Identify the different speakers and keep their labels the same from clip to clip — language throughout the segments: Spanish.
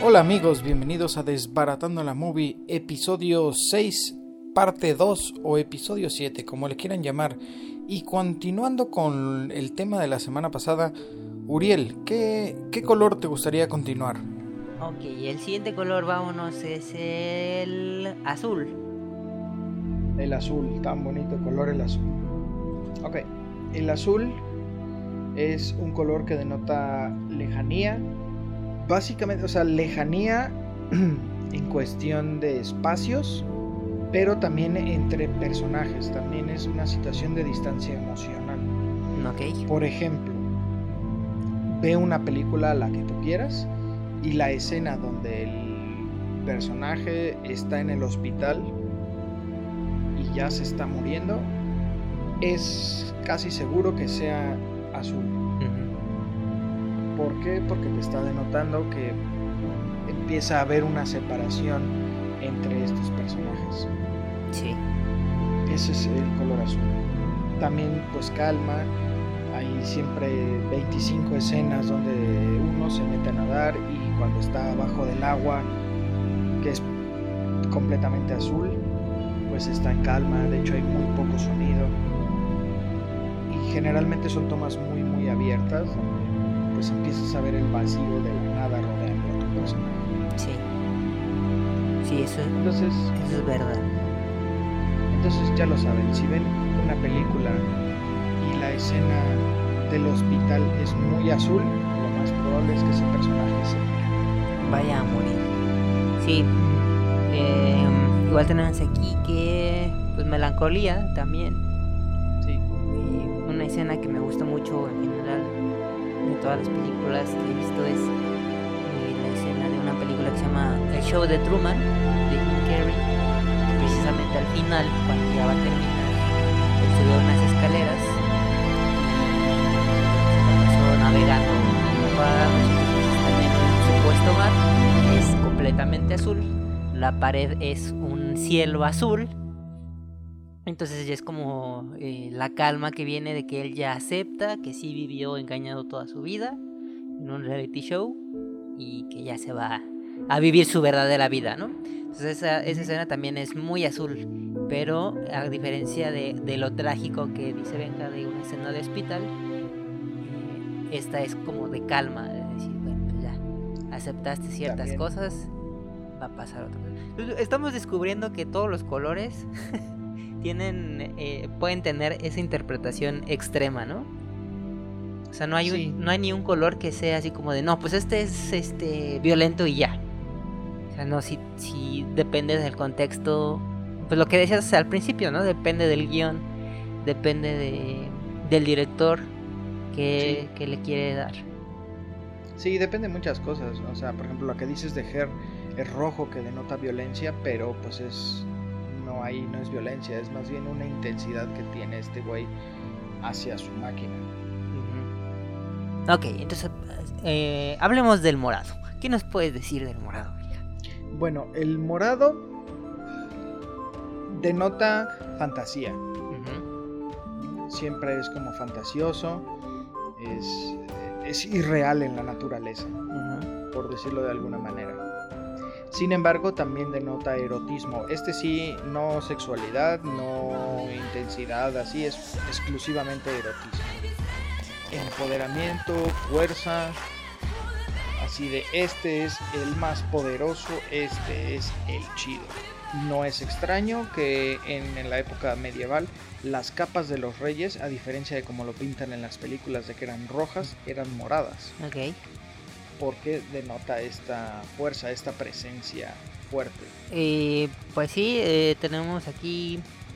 Speaker 1: Hola amigos, bienvenidos a Desbaratando la Movie, episodio 6, parte 2 o episodio 7, como le quieran llamar. Y continuando con el tema de la semana pasada, Uriel, ¿qué color te gustaría continuar?
Speaker 2: Ok, el siguiente color, vámonos, es el azul.
Speaker 1: El azul, tan bonito color el azul. Ok, el azul es un color que denota lejanía. Básicamente, o sea, lejanía en cuestión de espacios, pero también entre personajes. También es una situación de distancia emocional.
Speaker 2: Ok.
Speaker 1: Por ejemplo, ve una película, la que tú quieras, y la escena donde el personaje está en el hospital y ya se está muriendo, es casi seguro que sea azul. ¿Por qué? Porque te está denotando que empieza a haber una separación entre estos personajes.
Speaker 2: Sí.
Speaker 1: Ese es el color azul. También pues calma. Hay siempre 25 escenas donde uno se mete a nadar y cuando está abajo del agua, que es completamente azul, pues está en calma. De hecho hay muy poco sonido y generalmente son tomas muy abiertas donde pues empiezas a ver el vacío de la nada rodeando a tu personaje.
Speaker 2: Sí, eso es verdad.
Speaker 1: Entonces ya lo saben, si ven una película y la escena del hospital es muy azul, lo más probable es que ese personaje se muera.
Speaker 2: Vaya a morir. Sí. Igual tenemos aquí que, pues, melancolía también.
Speaker 1: Sí.
Speaker 2: Una escena que me gusta mucho en general de todas las películas que he visto es la escena de una película que se llama El Show de Truman, de Jim Carrey. Precisamente al final, cuando ya va a terminar, él subió unas escaleras y se la pasó navegando para están en un supuesto mar. Es completamente azul, la pared es un cielo azul. Entonces ya es como la calma que viene de que él ya acepta que sí vivió engañado toda su vida en un reality show y que ya se va a vivir su verdadera vida, ¿no? Entonces esa escena también es muy azul, pero a diferencia de lo trágico que dice Benja de una escena de hospital, esta es como de calma, de decir, bueno, pues ya aceptaste ciertas
Speaker 1: También.
Speaker 2: cosas, va a pasar otra cosa. Entonces, estamos descubriendo que todos los colores pueden tener esa interpretación extrema, ¿no? O sea, no hay ni un color que sea así como de, no, pues este es violento y ya. O sea, no, si depende del contexto, pues lo que decías al principio, ¿no? Depende del guión, depende del director que le quiere dar.
Speaker 1: Sí, depende de muchas cosas. O sea, por ejemplo, lo que dices de Her es rojo, que denota violencia, pero pues no es violencia, es más bien una intensidad que tiene este güey hacia su máquina.
Speaker 2: Ok, entonces hablemos del morado. ¿Qué nos puedes decir del morado?
Speaker 1: Bueno, el morado denota fantasía. Siempre es como fantasioso, es irreal en la naturaleza, por decirlo de alguna manera. Sin embargo, también denota erotismo. Este sí, no sexualidad, no intensidad, así es exclusivamente erotismo. Empoderamiento, fuerza, así de este es el más poderoso, este es el chido. No es extraño que en la época medieval las capas de los reyes, a diferencia de como lo pintan en las películas de que eran rojas, eran moradas.
Speaker 2: Ok.
Speaker 1: Porque denota esta fuerza, esta presencia fuerte.
Speaker 2: Pues sí, tenemos aquí,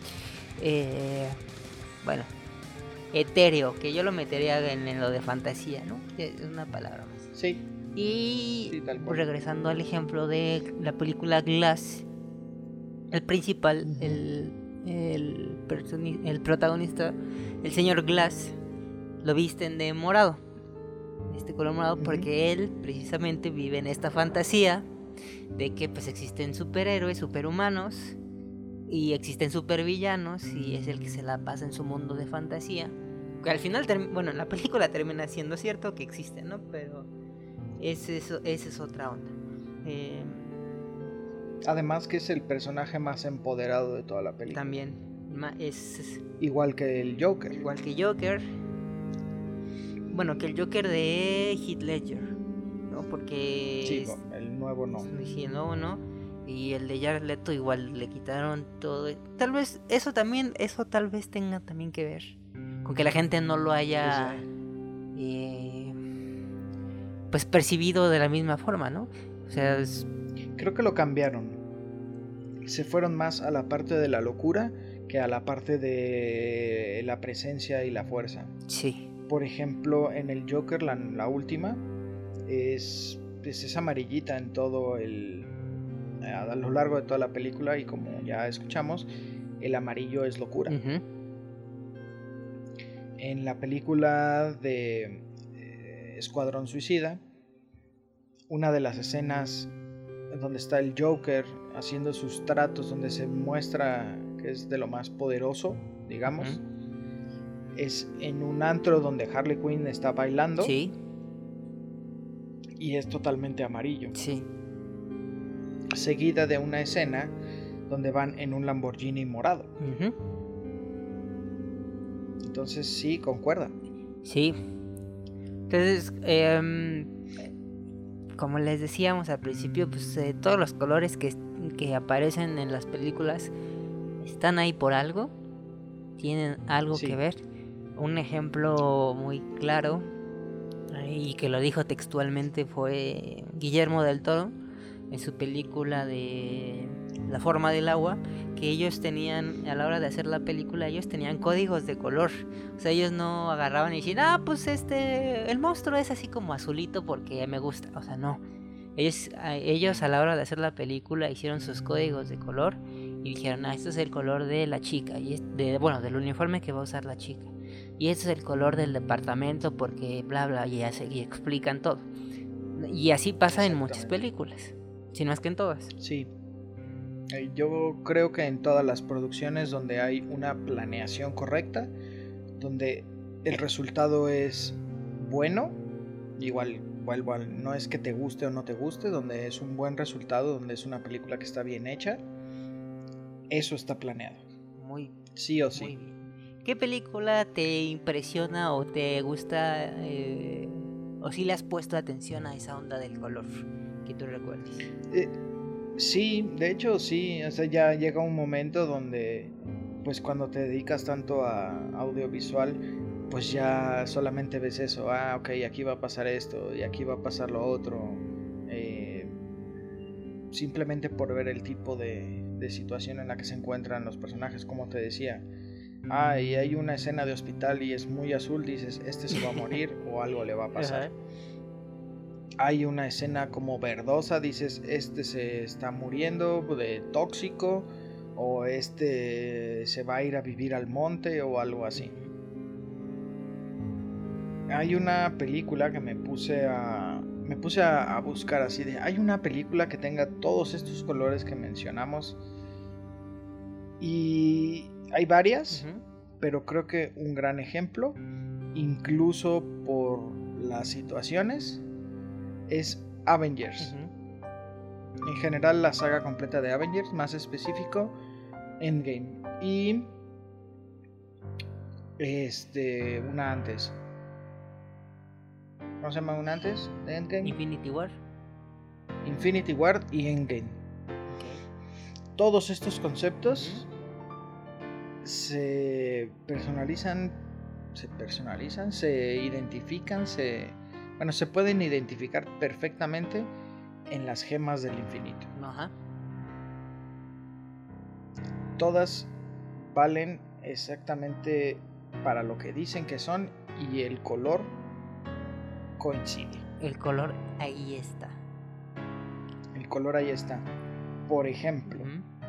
Speaker 2: bueno, etéreo, que yo lo metería en lo de fantasía, ¿no? Es una palabra más.
Speaker 1: Sí.
Speaker 2: Y
Speaker 1: sí, tal cual.
Speaker 2: Regresando al ejemplo de la película Glass, el principal, el protagonista, el señor Glass, lo visten de morado, este color morado, porque él precisamente vive en esta fantasía de que pues existen superhéroes, superhumanos y existen supervillanos, y es el que se la pasa en su mundo de fantasía, que al final, en la película termina siendo cierto que existen, ¿no? Pero esa es otra onda.
Speaker 1: Además que es el personaje más empoderado de toda la película.
Speaker 2: También es
Speaker 1: igual que el Joker.
Speaker 2: Igual que Joker. Bueno, que el Joker de Heath Ledger, ¿no? Porque
Speaker 1: sí, el nuevo no.
Speaker 2: Sí, el nuevo no. Y el de Jared Leto igual le quitaron todo. Tal vez eso tal vez tenga también que ver con que la gente no lo haya pues percibido de la misma forma, ¿no? O sea,
Speaker 1: creo que lo cambiaron. Se fueron más a la parte de la locura que a la parte de la presencia y la fuerza.
Speaker 2: Sí.
Speaker 1: Por ejemplo, en el Joker, la última, es amarillita en todo a lo largo de toda la película, y como ya escuchamos, el amarillo es locura.
Speaker 2: Uh-huh.
Speaker 1: En la película de Escuadrón Suicida, una de las escenas donde está el Joker haciendo sus tratos, donde se muestra que es de lo más poderoso, digamos, es en un antro donde Harley Quinn está bailando.
Speaker 2: Sí.
Speaker 1: Y es totalmente amarillo.
Speaker 2: Sí.
Speaker 1: Seguida de una escena donde van en un Lamborghini morado.
Speaker 2: Uh-huh.
Speaker 1: Entonces sí, concuerda.
Speaker 2: Sí. Entonces, como les decíamos al principio, pues todos los colores que aparecen en las películas están ahí por algo, tienen algo que ver. Un ejemplo muy claro, y que lo dijo textualmente, fue Guillermo del Toro en su película de La forma del agua, que ellos tenían, a la hora de hacer la película, ellos tenían códigos de color. O sea, ellos no agarraban y decían, pues el monstruo es así como azulito porque me gusta. O sea, no. Ellos a la hora de hacer la película hicieron sus códigos de color y dijeron, este es el color de la chica, y del uniforme que va a usar la chica. Y este es el color del departamento porque bla bla, y explican todo. Y así pasa en muchas películas, si no es que en todas.
Speaker 1: Sí. Yo creo que en todas las producciones donde hay una planeación correcta, donde el resultado es bueno, igual no es que te guste o no te guste, donde es un buen resultado, donde es una película que está bien hecha, eso está planeado. Sí o sí.
Speaker 2: Muy bien. ¿Qué película te impresiona o te gusta, o si le has puesto atención a esa onda del color que tú recuerdes?
Speaker 1: Sí, de hecho sí, o sea, ya llega un momento donde, pues cuando te dedicas tanto a audiovisual, pues ya solamente ves eso, ok, aquí va a pasar esto y aquí va a pasar lo otro, simplemente por ver el tipo de situación en la que se encuentran los personajes, como te decía. Y hay una escena de hospital y es muy azul, dices, este se va a morir o algo le va a pasar. Hay una escena como verdosa, dices, este se está muriendo de tóxico, o este se va a ir a vivir al monte o algo así. Hay una película que me puse a buscar así de, hay una película que tenga todos estos colores que mencionamos, y hay varias, pero creo que un gran ejemplo, incluso por las situaciones, es Avengers. En general la saga completa de Avengers, más específico Endgame, y una antes. ¿Cómo se llama una antes de Endgame? Infinity War y Endgame. Todos estos conceptos se personalizan, se identifican, se pueden identificar perfectamente en las gemas del infinito. Todas valen exactamente para lo que dicen que son, y el color coincide.
Speaker 2: El color ahí está.
Speaker 1: Por ejemplo,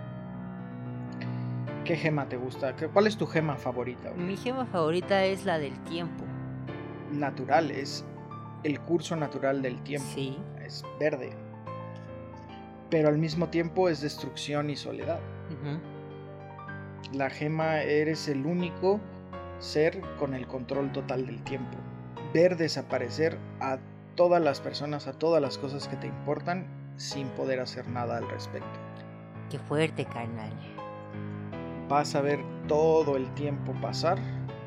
Speaker 1: ¿qué gema te gusta? ¿Cuál es tu gema favorita?
Speaker 2: Mi gema favorita es la del tiempo.
Speaker 1: Natural, es el curso natural del tiempo.
Speaker 2: Sí.
Speaker 1: Es verde. Pero al mismo tiempo es destrucción y soledad. La gema, eres el único ser con el control total del tiempo. Ver desaparecer a todas las personas, a todas las cosas que te importan, sin poder hacer nada al respecto.
Speaker 2: Qué fuerte, carnal.
Speaker 1: Vas a ver todo el tiempo pasar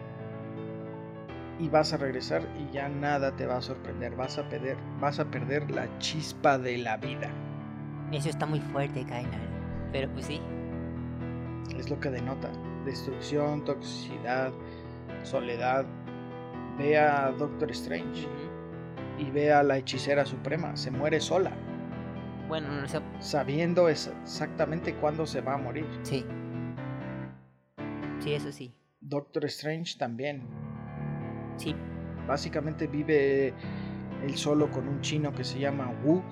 Speaker 1: y vas a regresar y ya nada te va a sorprender. Vas a perder la chispa de la vida.
Speaker 2: Eso está muy fuerte, carnal. Pero pues sí.
Speaker 1: Es lo que denota. Destrucción, toxicidad, soledad. Ve a Doctor Strange y ve a la hechicera suprema. Se muere sola.
Speaker 2: Bueno, no sé.
Speaker 1: Sabiendo exactamente cuándo se va a morir.
Speaker 2: Sí. Sí, eso sí.
Speaker 1: Doctor Strange también.
Speaker 2: Sí.
Speaker 1: Básicamente vive él solo con un chino que se llama Wu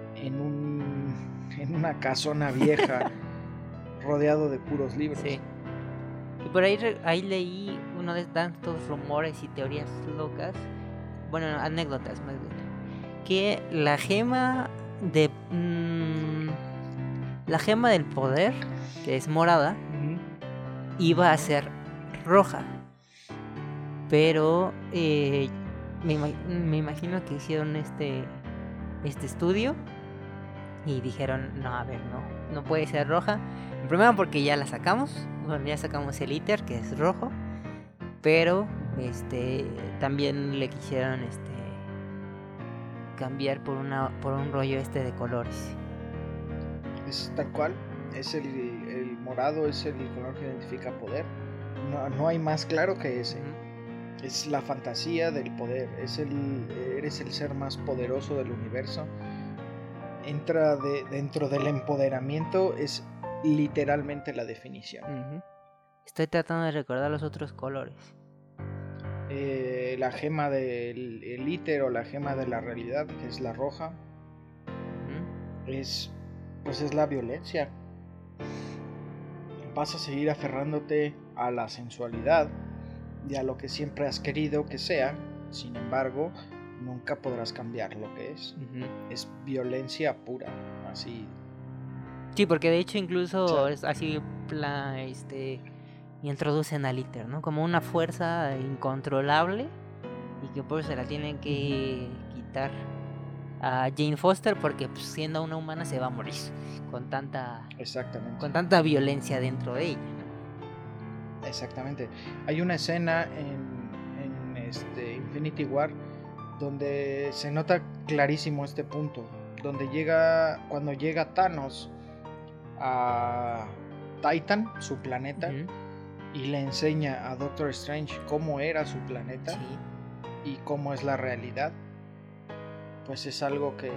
Speaker 1: en una casona vieja rodeado de puros libros.
Speaker 2: Sí. Y por ahí leí uno de tantos rumores y teorías locas, bueno, anécdotas más bien, que la gema del poder, que es morada, iba a ser roja. Pero me imagino que hicieron este estudio y dijeron, no, a ver, no puede ser roja. Primero porque ya la sacamos, bueno, ya sacamos el ITER, que es rojo, pero también le quisieron cambiar por un rollo de colores.
Speaker 1: Es tal cual, es el morado, es el color que identifica poder. No hay más claro que ese. Es la fantasía del poder, eres el ser más poderoso del universo. Entra dentro del empoderamiento, es literalmente la definición.
Speaker 2: Estoy tratando de recordar los otros colores.
Speaker 1: La gema del íter o la gema de la realidad, que es la roja, es la violencia. Vas a seguir aferrándote a la sensualidad y a lo que siempre has querido que sea. Sin embargo, nunca podrás cambiar lo que es. Es violencia pura, así.
Speaker 2: Sí, porque de hecho incluso es así introducen al ITER, ¿no? Como una fuerza incontrolable y que por eso se la tienen que quitar a Jane Foster, porque pues, siendo una humana se va a morir con tanta violencia dentro de ella, ¿no?
Speaker 1: Exactamente. Hay una escena en Infinity War donde se nota clarísimo este punto, donde cuando llega Thanos a Titan, su planeta, y le enseña a Doctor Strange cómo era su planeta y cómo es la realidad. Pues es algo que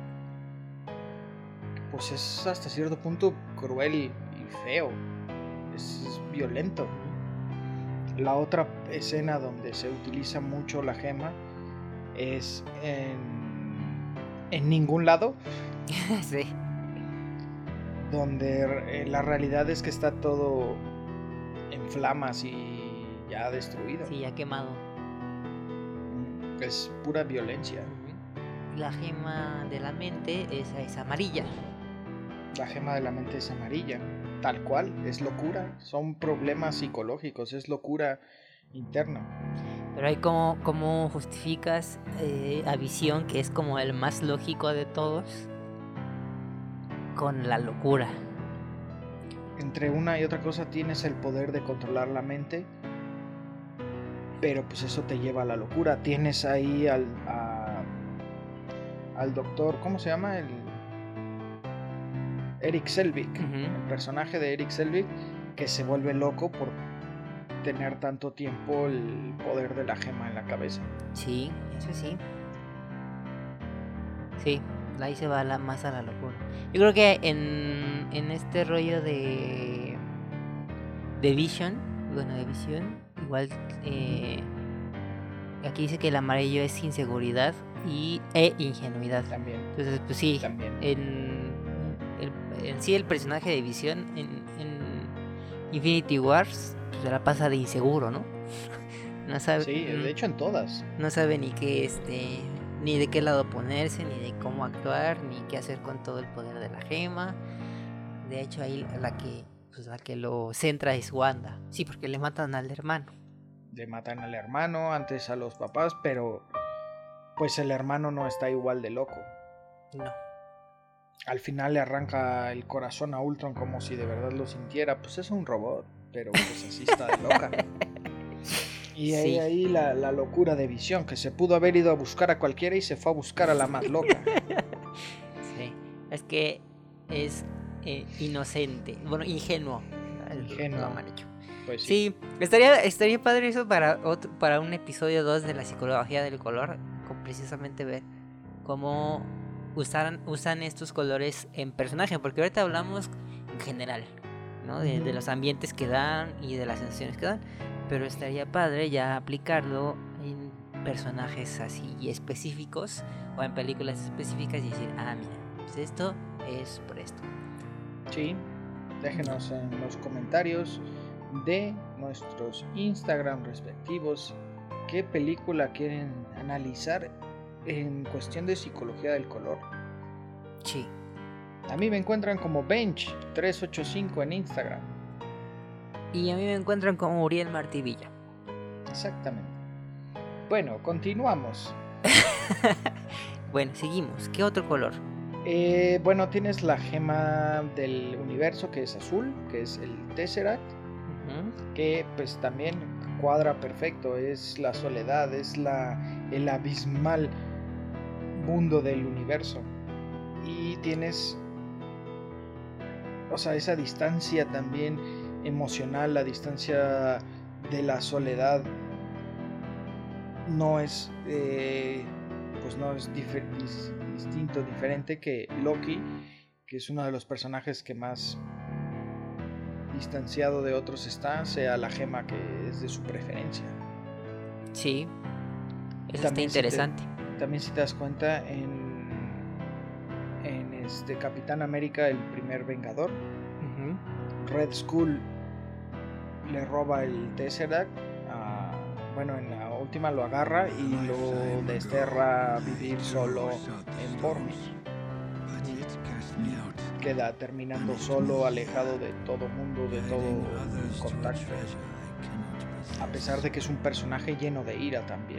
Speaker 1: pues es hasta cierto punto cruel y feo, es violento. La otra escena donde se utiliza mucho la gema es en ningún lado.
Speaker 2: Sí.
Speaker 1: Donde la realidad es que está todo en flamas y ya destruido.
Speaker 2: Sí, ya quemado.
Speaker 1: Es pura violencia.
Speaker 2: La gema de la mente es amarilla.
Speaker 1: La gema de la mente es amarilla. Tal cual, es locura. Son problemas psicológicos, es locura interna.
Speaker 2: Pero ahí ¿cómo justificas a Visión, que es como el más lógico de todos, con la locura?
Speaker 1: Entre una y otra cosa tienes el poder de controlar la mente, pero pues eso te lleva a la locura. Tienes ahí al doctor, ¿cómo se llama? Erik Selvig, el personaje de Erik Selvig, que se vuelve loco por tener tanto tiempo el poder de la gema en la cabeza.
Speaker 2: Sí, eso sí. Sí, ahí se va más a la locura. Yo creo que en este rollo de Visión, igual aquí dice que el amarillo es inseguridad e ingenuidad.
Speaker 1: También.
Speaker 2: Entonces, pues sí,
Speaker 1: también.
Speaker 2: En sí el personaje de Visión en Infinity Wars pues, se la pasa de inseguro, ¿no? No sabe.
Speaker 1: Sí, de hecho en todas.
Speaker 2: No sabe ni qué ni de qué lado ponerse, ni de cómo actuar, ni qué hacer con todo el poder de la gema. De hecho ahí la que lo centra es Wanda. Sí, porque le matan al hermano.
Speaker 1: Le matan al hermano, antes a los papás, pero pues el hermano no está igual de loco.
Speaker 2: No.
Speaker 1: al final le arranca el corazón a Ultron como si de verdad lo sintiera. Pues es un robot, pero pues así está de loca. Y
Speaker 2: Sí.
Speaker 1: ahí la locura de Visión, que se pudo haber ido a buscar a cualquiera y se fue a buscar a la más loca.
Speaker 2: Sí, es que es inocente, bueno, ingenuo.
Speaker 1: Ingenuo.
Speaker 2: Lo mal hecho.
Speaker 1: Pues
Speaker 2: Sí, estaría padre eso para un episodio 2 de la psicología del color, con precisamente ver cómo usan estos colores en personaje, porque ahorita hablamos en general, ¿no? De los ambientes que dan y de las sensaciones que dan, pero estaría padre ya aplicarlo en personajes así específicos o en películas específicas y decir, mira, pues esto es por esto.
Speaker 1: Sí, déjenos en los comentarios de nuestros Instagram respectivos qué película quieren analizar en cuestión de psicología del color.
Speaker 2: Sí.
Speaker 1: A mí me encuentran como Bench385 en Instagram.
Speaker 2: Y a mí me encuentran como Uriel Martí Villa.
Speaker 1: Exactamente. Bueno, continuamos.
Speaker 2: Bueno, seguimos. ¿Qué otro color?
Speaker 1: Bueno, tienes la gema del universo, que es azul, que es el Tesseract, que pues también cuadra perfecto. Es la soledad, es el abismal mundo del universo. Y tienes, o sea, esa distancia también emocional, la distancia de la soledad no es pues no es distinto, diferente que Loki, que es uno de los personajes que más distanciado de otros está, sea la gema que es de su preferencia.
Speaker 2: Sí, eso
Speaker 1: también
Speaker 2: está interesante.
Speaker 1: También si te das cuenta en Capitán América, el primer Vengador, Red Skull le roba el Tesseract, bueno, en la última lo agarra y lo desterra a vivir solo en Vormir. Queda terminando solo, alejado de todo mundo, de todo contacto. A pesar de que es un personaje lleno de ira también,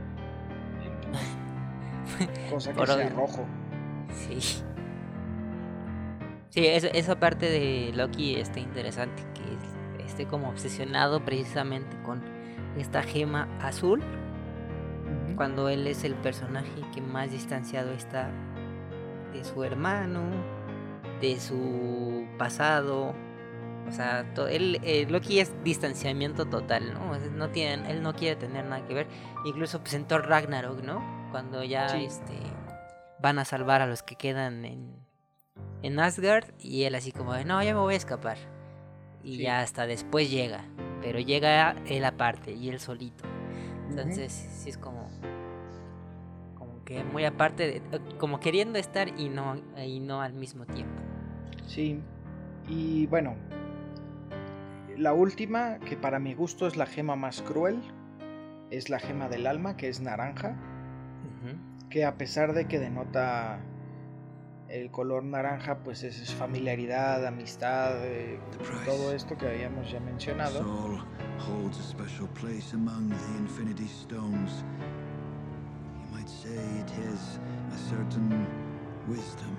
Speaker 1: cosa que sea rojo.
Speaker 2: Sí. Sí, esa parte de Loki está interesante, que esté como obsesionado precisamente con esta gema azul, cuando él es el personaje que más distanciado está de su hermano, de su pasado. O sea, Loki es distanciamiento total, ¿no? Él no quiere tener nada que ver. Incluso pues en Thor Ragnarok, ¿no? Cuando ya van a salvar a los que quedan en Asgard, y él así como, no, ya me voy a escapar. Y ya hasta después llega. Pero llega él aparte y él solito. Entonces sí es como que muy aparte, como queriendo estar y no al mismo tiempo.
Speaker 1: Sí. Y bueno, la última, que para mi gusto es la gema más cruel, es la gema del alma, que es naranja. Que a pesar de que denota el color naranja, pues es familiaridad, amistad, todo esto que habíamos ya mencionado.
Speaker 3: Soul holds a special place among the Infinity Stones. You might say it has a certain wisdom.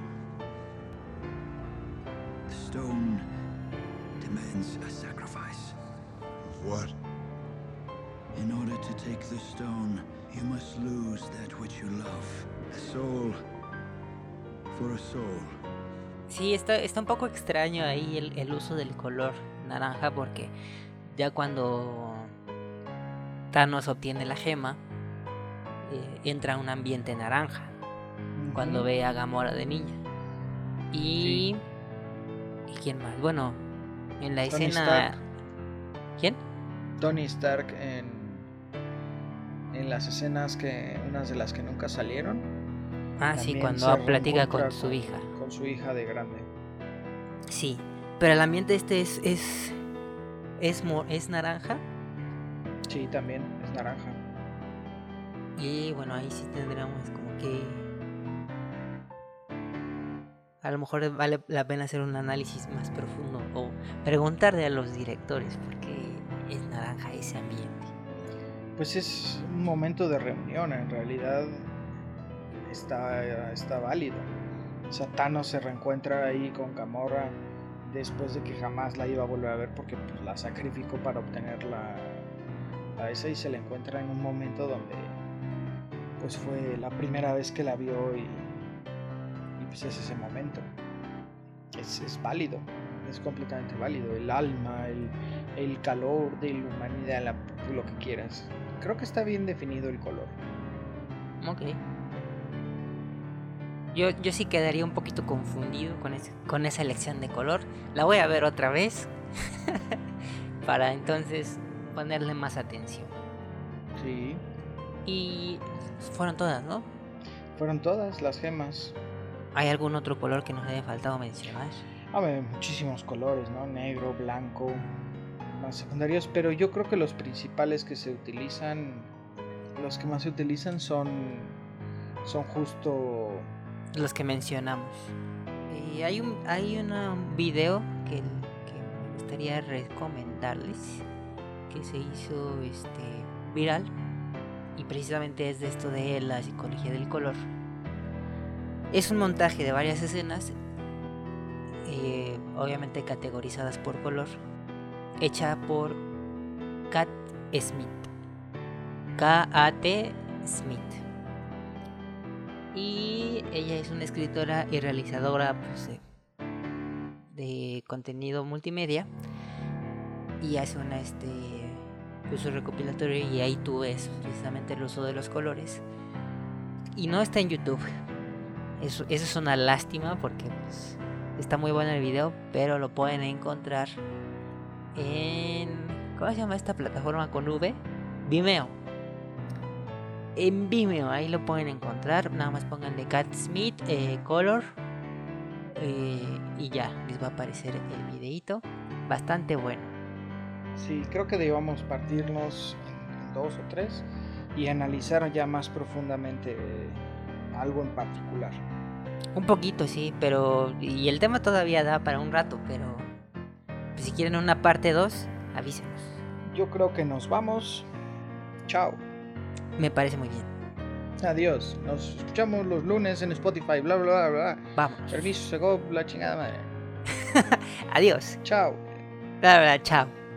Speaker 3: The stone demands a sacrifice.
Speaker 4: What?
Speaker 3: In order to take the stone, you must lose that which you love. A soul for a soul.
Speaker 2: Sí, está un poco extraño ahí el uso del color naranja, porque ya cuando Thanos obtiene la gema, entra a un ambiente naranja cuando ve a Gamora de niña. ¿Y quién más? Bueno, en la
Speaker 1: Tony
Speaker 2: escena...
Speaker 1: Stark.
Speaker 2: ¿Quién?
Speaker 1: Tony Stark en las escenas unas de las que nunca salieron.
Speaker 2: Sí, cuando platica con su hija.
Speaker 1: Con su hija de grande.
Speaker 2: Sí, pero el ambiente es naranja.
Speaker 1: Sí, también es naranja.
Speaker 2: Y bueno, ahí sí tendríamos como que... A lo mejor vale la pena hacer un análisis más profundo o preguntarle a los directores por qué es naranja ese ambiente.
Speaker 1: Pues es un momento de reunión, en realidad está válido. Thanos se reencuentra ahí con Gamora después de que jamás la iba a volver a ver porque pues, la sacrificó para obtenerla a esa, y se la encuentra en un momento donde pues fue la primera vez que la vio y pues es ese momento. Es válido, es completamente válido. El alma, el calor de la humanidad, lo que quieras. Creo que está bien definido el color.
Speaker 2: Ok. Yo sí quedaría un poquito confundido con esa elección de color. La voy a ver otra vez para entonces ponerle más atención.
Speaker 1: Sí.
Speaker 2: Y fueron todas, ¿no?
Speaker 1: Fueron todas las gemas.
Speaker 2: ¿Hay algún otro color que nos haya faltado mencionar?
Speaker 1: A ver, muchísimos colores, ¿no? Negro, blanco, más secundarios, pero yo creo que los principales que se utilizan, los que más se utilizan son justo
Speaker 2: los que mencionamos. Hay un video que me gustaría recomendarles, que se hizo viral, y precisamente es de esto de la psicología del color. Es un montaje de varias escenas, obviamente categorizadas por color, hecha por Kat Smith, K-A-T Smith. Y ella es una escritora y realizadora pues, de contenido multimedia, y hace un recopilatorio, y ahí tú ves precisamente el uso de los colores, y no está en YouTube. Eso es una lástima porque pues, está muy bueno el video, pero lo pueden encontrar en... ¿cómo se llama esta plataforma con V? Vimeo. En Vimeo, ahí lo pueden encontrar. Nada más pónganle Kat Smith, Color, y ya les va a aparecer el videito. Bastante bueno.
Speaker 1: Sí, creo que debamos partirnos en 2 o 3 y analizar ya más profundamente algo en particular.
Speaker 2: Un poquito, sí, pero... y el tema todavía da para un rato, pero... pues si quieren una parte 2, avísenos.
Speaker 1: Yo creo que nos vamos. Chao.
Speaker 2: Me parece muy bien.
Speaker 1: Adiós. Nos escuchamos los lunes en Spotify, bla, bla, bla, bla.
Speaker 2: Vamos.
Speaker 1: Permiso, se go la chingada madre.
Speaker 2: Adiós.
Speaker 1: Chao.
Speaker 2: Bla, bla, chao.